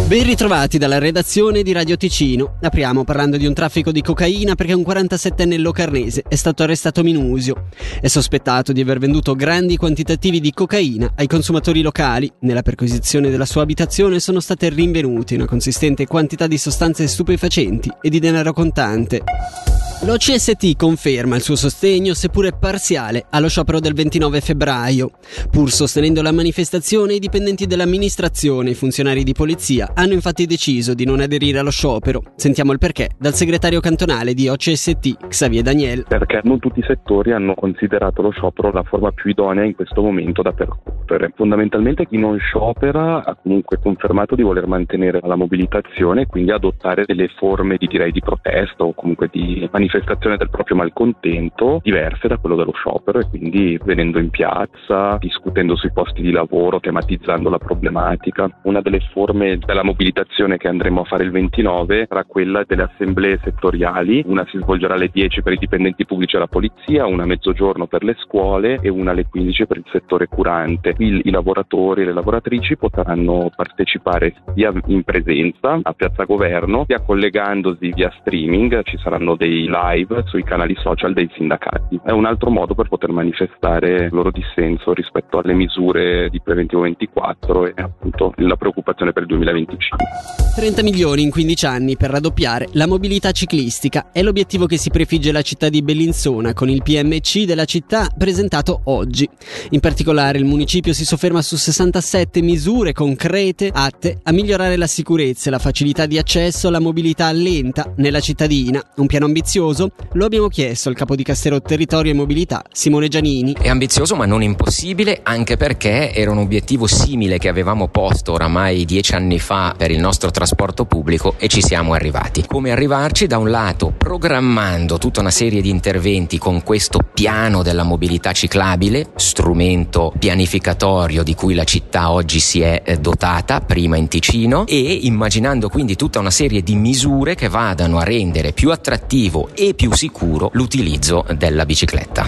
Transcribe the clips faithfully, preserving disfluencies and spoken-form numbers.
Ben ritrovati dalla redazione di Radio Ticino. Apriamo parlando di un traffico di cocaina perché un quarantasettenne locarnese è stato arrestato a Minusio. È sospettato di aver venduto grandi quantitativi di cocaina ai consumatori locali. Nella perquisizione della sua abitazione sono state rinvenute una consistente quantità di sostanze stupefacenti e di denaro contante. L'O C S T conferma il suo sostegno, seppure parziale, allo sciopero del ventinove febbraio. Pur sostenendo la manifestazione, i dipendenti dell'amministrazione e i funzionari di polizia hanno infatti deciso di non aderire allo sciopero. Sentiamo il perché dal segretario cantonale di O C S T, Xavier Daniel. Perché non tutti i settori hanno considerato lo sciopero la forma più idonea in questo momento da percorrere. Fondamentalmente chi non sciopera ha comunque confermato di voler mantenere la mobilitazione e quindi adottare delle forme di direi di protesta o comunque di manifestazione manifestazione del proprio malcontento diverse da quello dello sciopero, e quindi venendo in piazza, discutendo sui posti di lavoro, tematizzando la problematica. Una delle forme della mobilitazione che andremo a fare il ventinove sarà quella delle assemblee settoriali. Una si svolgerà alle dieci per i dipendenti pubblici e la polizia, una a mezzogiorno per le scuole e una alle quindici per il settore curante. Qui i lavoratori e le lavoratrici potranno partecipare sia in presenza a Piazza Governo sia collegandosi via streaming. Ci saranno dei live sui canali social dei sindacati. È un altro modo per poter manifestare il loro dissenso rispetto alle misure di preventivo ventiquattro e appunto la preoccupazione per il duemilaventicinque. trenta milioni in quindici anni per raddoppiare la mobilità ciclistica è l'obiettivo che si prefigge la città di Bellinzona con il P M C della città presentato oggi. In particolare il municipio si sofferma su sessantasette misure concrete atte a migliorare la sicurezza e la facilità di accesso alla mobilità lenta nella cittadina. Un piano ambizioso? Lo abbiamo chiesto al capo di Castero Territorio e Mobilità, Simone Giannini. È ambizioso ma non impossibile, anche perché era un obiettivo simile che avevamo posto oramai dieci anni fa per il nostro trasporto pubblico e ci siamo arrivati. Come arrivarci? Da un lato programmando tutta una serie di interventi con questo piano della mobilità ciclabile, strumento pianificatorio di cui la città oggi si è dotata, prima in Ticino, e immaginando quindi tutta una serie di misure che vadano a rendere più attrattivo e più sicuro l'utilizzo della bicicletta.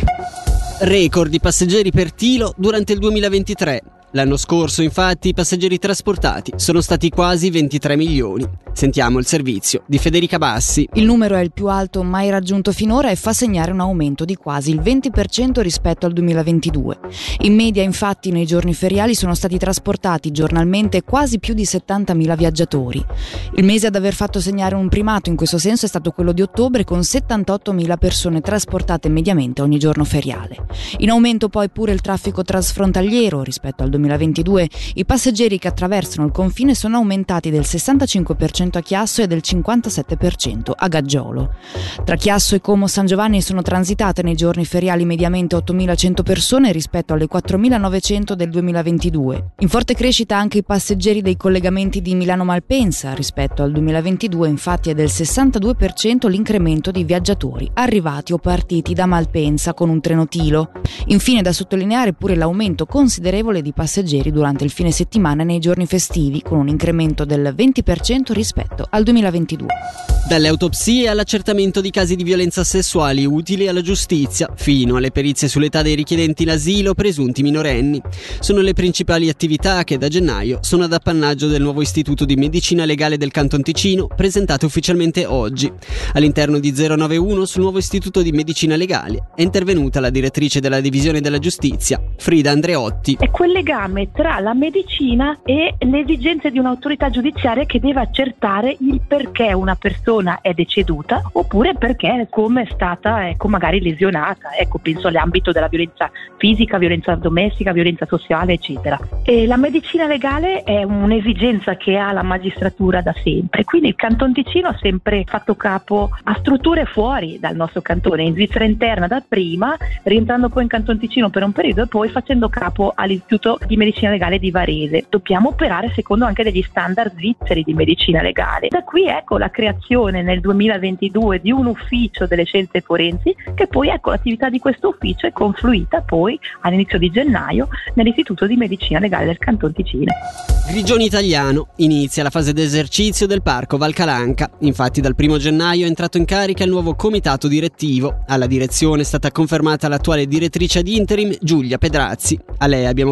Record di passeggeri per Tilo durante il duemilaventitré. L'anno scorso, infatti, i passeggeri trasportati sono stati quasi ventitré milioni. Sentiamo il servizio di Federica Bassi. Il numero è il più alto mai raggiunto finora e fa segnare un aumento di quasi il venti per cento rispetto al duemilaventidue. In media, infatti, nei giorni feriali sono stati trasportati giornalmente quasi più di settantamila viaggiatori. Il mese ad aver fatto segnare un primato in questo senso è stato quello di ottobre, con settantottomila persone trasportate mediamente ogni giorno feriale. In aumento poi pure il traffico transfrontaliero rispetto al duemilaventidue. duemilaventidue i passeggeri che attraversano il confine sono aumentati del sessantacinque per cento a Chiasso e del cinquantasette per cento a Gaggiolo. Tra Chiasso e Como San Giovanni sono transitate nei giorni feriali mediamente ottomilacento persone rispetto alle quattromilanovecento del duemilaventidue. In forte crescita anche i passeggeri dei collegamenti di Milano Malpensa. Rispetto al duemilaventidue infatti è del sessantadue per cento l'incremento di viaggiatori arrivati o partiti da Malpensa con un treno Tilo. Infine da sottolineare pure l'aumento considerevole di passeggeri passeggeri durante il fine settimana e nei giorni festivi, con un incremento del venti per cento rispetto al duemilaventidue. Dalle autopsie all'accertamento di casi di violenza sessuali utili alla giustizia, fino alle perizie sull'età dei richiedenti l'asilo presunti minorenni. Sono le principali attività che da gennaio sono ad appannaggio del nuovo Istituto di Medicina Legale del Canton Ticino, presentate ufficialmente oggi. All'interno di zero nove uno sul nuovo Istituto di Medicina Legale è intervenuta la direttrice della Divisione della Giustizia, Frida Andreotti. È quel legame tra la medicina e le esigenze di un'autorità giudiziaria che deve accertare il perché una persona è deceduta oppure perché come è stata ecco magari lesionata, ecco penso all'ambito della violenza fisica, violenza domestica, violenza sociale eccetera. E la medicina legale è un'esigenza che ha la magistratura da sempre, quindi il Canton Ticino ha sempre fatto capo a strutture fuori dal nostro cantone, in Svizzera interna da prima, rientrando poi in Canton Ticino per un periodo e poi facendo capo all'Istituto di Medicina Legale di Varese. Dobbiamo operare secondo anche degli standard svizzeri di medicina legale. Da qui ecco la creazione nel duemilaventidue di un ufficio delle scienze forensi, che poi ecco l'attività di questo ufficio è confluita poi all'inizio di gennaio nell'Istituto di Medicina Legale del Canton Ticino. Grigioni Italiano, inizia la fase d'esercizio del Parco Valcalanca. Infatti dal primo gennaio è entrato in carica il nuovo comitato direttivo. Alla direzione è stata confermata l'attuale direttrice ad interim Giulia Pedrazzi. A lei abbiamo chiesto cosa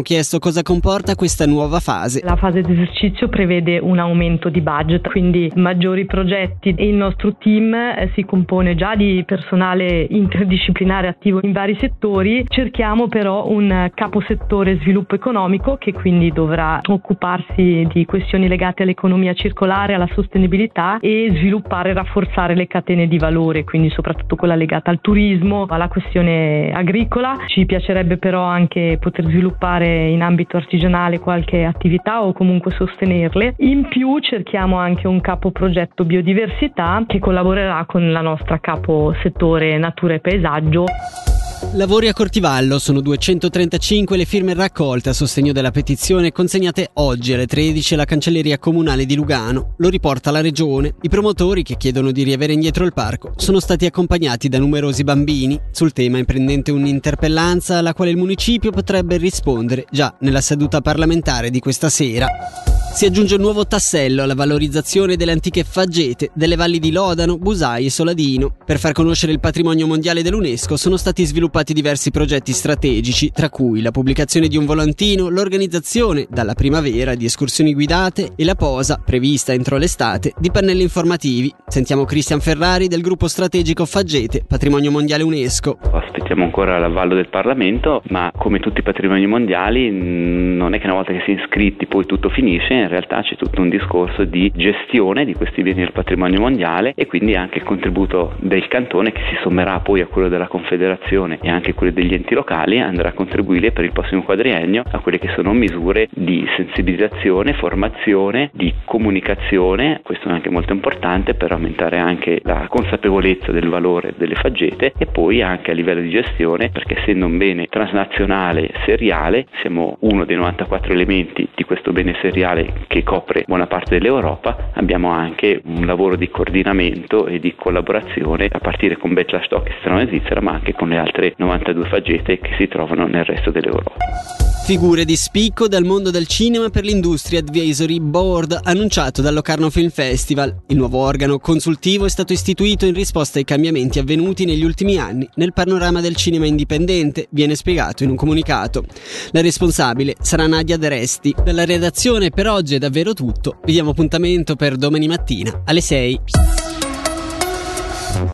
cosa comporta questa nuova fase. La fase di esercizio prevede un aumento di budget, quindi maggiori progetti, e il nostro team si compone già di personale interdisciplinare attivo in vari settori. Cerchiamo però un caposettore sviluppo economico che quindi dovrà occuparsi di questioni legate all'economia circolare, alla sostenibilità e sviluppare e rafforzare le catene di valore, quindi soprattutto quella legata al turismo, alla questione agricola. Ci piacerebbe però anche poter sviluppare in ambito artigianale qualche attività o comunque sostenerle. In più cerchiamo anche un capo progetto biodiversità che collaborerà con la nostra capo settore natura e paesaggio. Lavori a Cortivallo, sono duecentotrentacinque le firme raccolte a sostegno della petizione consegnate oggi alle tredici alla Cancelleria Comunale di Lugano. Lo riporta la Regione. I promotori, che chiedono di riavere indietro il parco, sono stati accompagnati da numerosi bambini. Sul tema è pendente un'interpellanza alla quale il municipio potrebbe rispondere già nella seduta parlamentare di questa sera. Si aggiunge un nuovo tassello alla valorizzazione delle antiche faggete delle valli di Lodano, Busai e Soladino. Per far conoscere il patrimonio mondiale dell'UNESCO sono stati sviluppati diversi progetti strategici, tra cui la pubblicazione di un volantino, l'organizzazione, dalla primavera, di escursioni guidate e la posa, prevista entro l'estate, di pannelli informativi. Sentiamo Cristian Ferrari del gruppo strategico Faggete, Patrimonio Mondiale UNESCO. Aspettiamo ancora l'avallo del Parlamento, ma come tutti i patrimoni mondiali non è che una volta che si è iscritti poi tutto finisce. In realtà c'è tutto un discorso di gestione di questi beni del patrimonio mondiale e quindi anche il contributo del cantone, che si sommerà poi a quello della Confederazione e anche quello degli enti locali, andrà a contribuire per il prossimo quadriennio a quelle che sono misure di sensibilizzazione, formazione, di comunicazione. Questo è anche molto importante per aumentare anche la consapevolezza del valore delle faggete e poi anche a livello di gestione, perché essendo un bene transnazionale seriale, siamo uno dei novantaquattro elementi di questo bene seriale che copre buona parte dell'Europa. Abbiamo anche un lavoro di coordinamento e di collaborazione a partire con Betlastock che si trova in Svizzera, ma anche con le altre novantadue faggete che si trovano nel resto dell'Europa. Figure di spicco dal mondo del cinema per l'Industry Advisory Board, annunciato dal Locarno Film Festival. Il nuovo organo consultivo è stato istituito in risposta ai cambiamenti avvenuti negli ultimi anni nel panorama del cinema indipendente, viene spiegato in un comunicato. La responsabile sarà Nadia De Resti. Dalla redazione per oggi è davvero tutto. Vi diamo appuntamento per domani mattina alle sei.